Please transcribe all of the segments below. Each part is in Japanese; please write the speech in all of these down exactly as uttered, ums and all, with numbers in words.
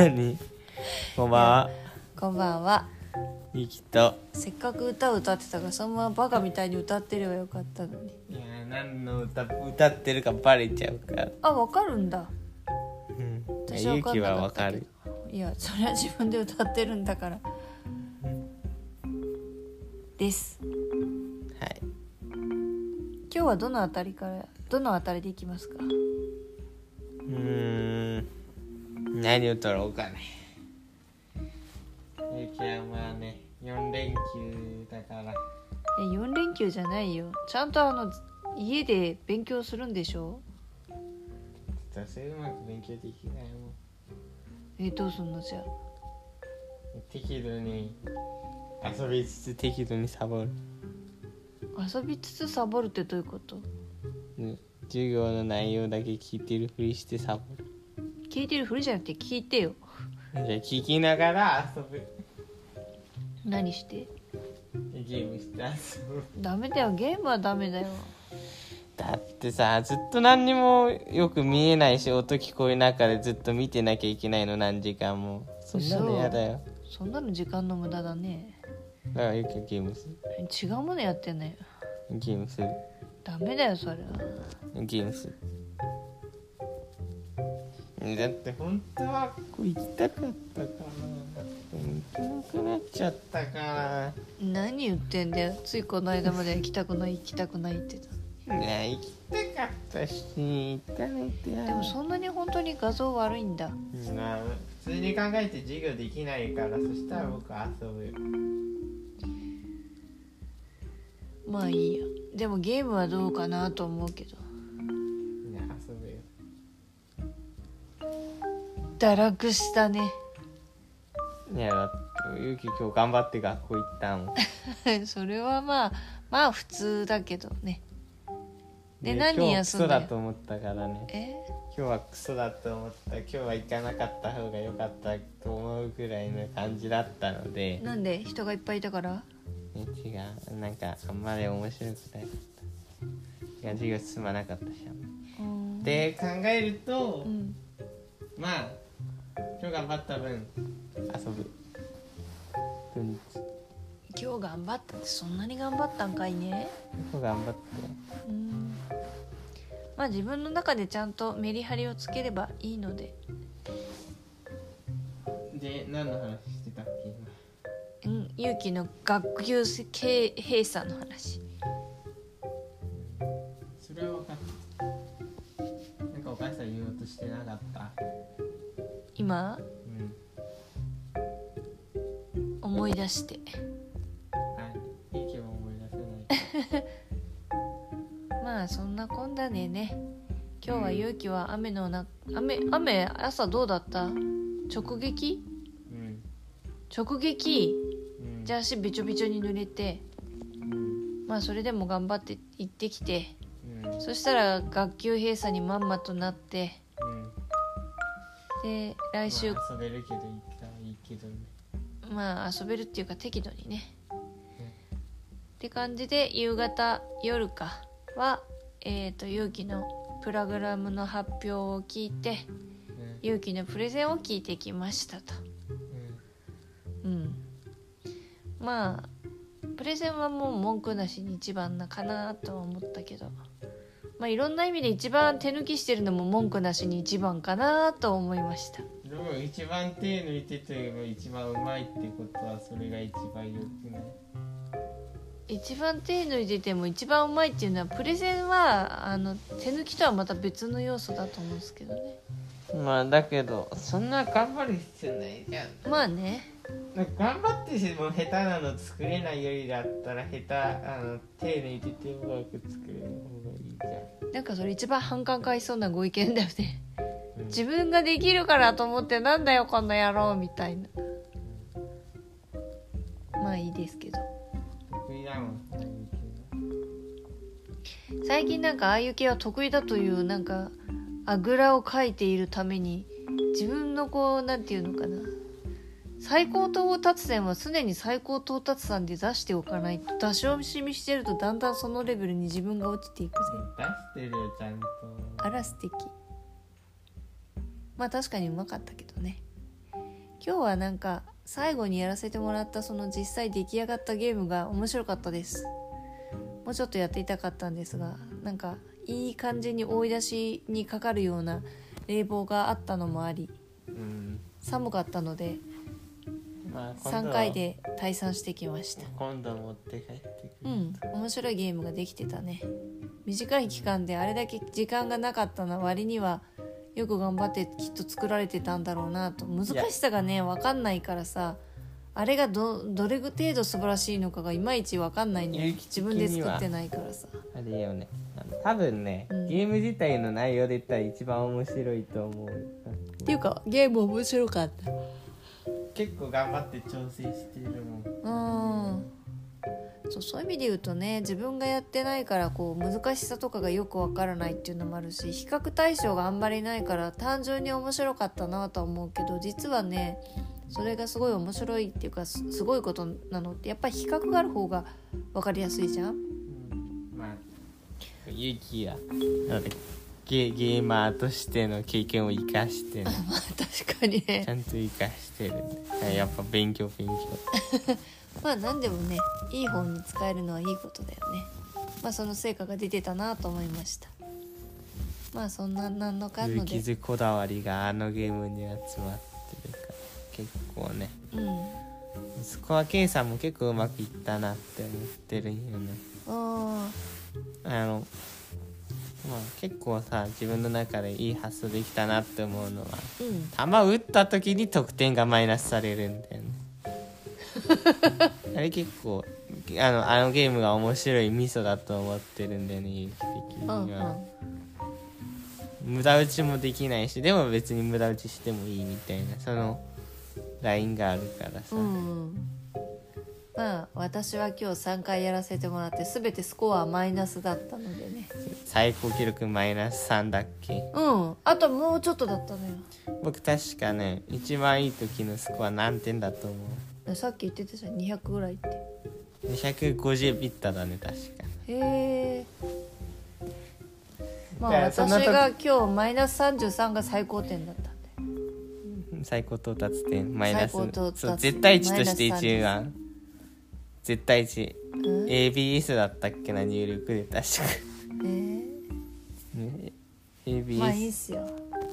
何こんばんは。 こんばんは。 ゆきと。 せっかく歌を歌ってたからそのままバカみたいに歌ってればよかったのに。 いや何の歌歌ってるかバレちゃうから。 あ、わかるんだ。 うん。 私ゆきはわかわかる。 いや、それは自分で歌ってるんだから。です。 はい。 今日はどのあたりからどのあたりでいきますか？ うーん。何を取ろうかね。ゆきはまあね、よん連休だから。 え、よん連休じゃないよ。ちゃんとあの家で勉強するんでしょ？ どうせうまく勉強できないもん。 え、どうすんのじゃあ。 適度に遊びつつ適度にサボる。 遊びつつサボるってどういうこと？ ね、授業の内容だけ聞いてるふりしてサボる。 聞いてるふりじゃなくて聞いてよ。 じゃあ聞きながら遊ぶ。 何して？ ゲームして遊ぶ。 ダメだよ、ゲームはダメだよ。 だってさ、ずっと何にもよく見えないし音聞こえながらずっと見てなきゃいけないの、何時間も。そんなの嫌だよ。 そんなの時間の無駄だね。 だからよくゲームする。 違うものやってんね。 ゲームする。 ダメだよそれは。 ゲームする。だって本当はここ行きたかったから行けなくなっちゃったから。 何言ってんだよ。ついこの間まで行きたくない行きたくないってた。いや行きたかったし行かないとや。 でもそんなに本当に画像悪いんだ。 まあ普通に考えて授業できないから、そしたら僕は遊ぶよ。 まあいいよ。でもゲームはどうかなと思うけど。 いや遊ぶよ。 堕落したね。 いやだってゆうき今日頑張って学校行ったもん。 それはまあまあ普通だけどね。で、 で何今日クソ休んだよ。 だと思ったからね。 え？ 今日はクソだと思った。今日は行かなかった方が良かったと思うぐらいの感じだったので。 なんで？人がいっぱいいたから？ 違う、なんかあんまり面白くなかった。いや授業進まなかったしあんまり。で考えると、 うん、 まあ今日頑張った分遊ぶ。土日今日頑張ったってそんなに頑張ったんかいね。 今日頑張って。 うん、まあ自分の中でちゃんとメリハリをつければいいので。 で何の話してたっけ今。 うん、勇気の学級閉鎖の話。 それは分かった。なんかお母さん言おうとしてなかった？ 今、 うん、 思い出して。 はい、いい気は思い出せない。 まあそんなこんなでね。今日は勇気は雨のな雨雨朝どうだった？直撃？ うん、 直撃。 うん、 じゃあ足びちょびちょに濡れて、 うん、まあそれでも頑張って行ってきて、 うん、 そしたら学級閉鎖にまんまとなって、うん、で来週、 まあ、遊べるけど行ったらいいけどね。 まあ遊べるっていうか適度にね、うん、って感じで夕方夜かはえっと勇気のプログラムの発表を聞いて、うん、勇気のプレゼンを聞いてきましたと。うん、うんまあプレゼンはもう文句なしに一番なかなとは思ったけど、まあいろんな意味で一番手抜きしてるのも文句なしに一番かなと思いました。 でも一番手抜いてといえば一番うまいってことはそれが一番良くない？ 一番手抜いてても一番うまいっていうのはプレゼンはあの手抜きとはまた別の要素だと思うんですけどね。 まあだけどそんな頑張る必要ないじゃん。 まあね、 頑張っても下手なの作れないよりだったら下手あの手抜いて手うまく作れる方がいいじゃん。 なんかそれ一番反感買いそうなご意見だよね、 うん、 自分ができるからと思ってなんだよこんな野郎みたいな、うん、まあいいですけど得意だもん。 最近なんかああいう系は得意だというなんかあぐらをかいているために自分のこうなんていうのかな最高到達点は常に最高到達点で出しておかないと出し惜しみしてるとだんだんそのレベルに自分が落ちていくぜ。 出してるよちゃんと。 あら素敵。まあ確かにうまかったけどね。 今日はなんか最後にやらせてもらったその実際出来上がったゲームが面白かったです。もうちょっとやっていたかったんですが、なんかいい感じに追い出しにかかるような冷房があったのもあり、 うん、 寒かったので、 まあ、 さんかいで退散してきました。 今度持って帰ってくる。 うん面白いゲームができてたね。短い期間であれだけ時間がなかったの割にはよく頑張ってきっと作られてたんだろうなと。難しさがね分かんないからさ、あれが ど, どれ程度素晴らしいのかがいまいち分かんないのよ。自分で作ってないからさ。 あれよね、あの多分ね、うん、ゲーム自体の内容で言ったら一番面白いと思う。 っていうかゲーム面白かった。 結構頑張って調整しているもん。 うんそう、そういう意味で言うとね、自分がやってないからこう難しさとかがよくわからないっていうのもあるし、比較対象があんまりないから単純に面白かったなとは思うけど、実はねそれがすごい面白いっていうか す, すごいことなのってやっぱり比較がある方が分かりやすいじゃん、うん、 まあユキはゲ, ゲーマーとしての経験を生かしてねまあ確かにねちゃんと生かしてるんで、やっぱ勉強勉強まあ何でもねいい方に使えるのはいいことだよね。まあその成果が出てたなと思いました。まあそんな何のかんので傷こだわりがあのゲームに集まってるから結構ね、 うん、 スコア計算も結構うまくいったなって思ってるんよね。 ああのまあ結構さ自分の中でいい発想できたなって思うのは、 うん、 球打った時に得点がマイナスされるんだよねあれ結構あのあのゲームが面白いミソだと思ってるんだよね、有機的には、うんうん、無駄打ちもできないし、でも別に無駄打ちしてもいいみたいなそのラインがあるからさ、 うんうん、まあ私は今日さんかいやらせてもらって全てスコアマイナスだったのでね。 最高記録マイナスさんだっけ。 うんあともうちょっとだったのよ。 僕確かね一番いい時のスコア何点だと思う。 さっき言ってたじゃんにひゃくぐらいって。 にひゃくごじゅうビッタだね確か。 へえ。まあ私が今日マイナスさんじゅうさんが最高点だったんで。最高到達点マイナスそう絶対値として一番絶対値、うん、エービーエス だったっけな入力で確かえーね、エービーエスまあいいっすよ。はい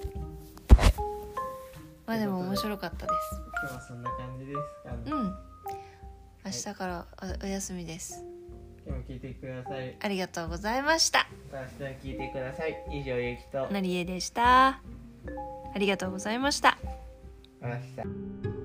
まあでも面白かったです。 今日はそんな感じですかね。 うん明日からお休みです。 今日も聞いてください。 ありがとうございました。 明日は聞いてください。以上ゆきとなりえでした。ありがとうございました。 明日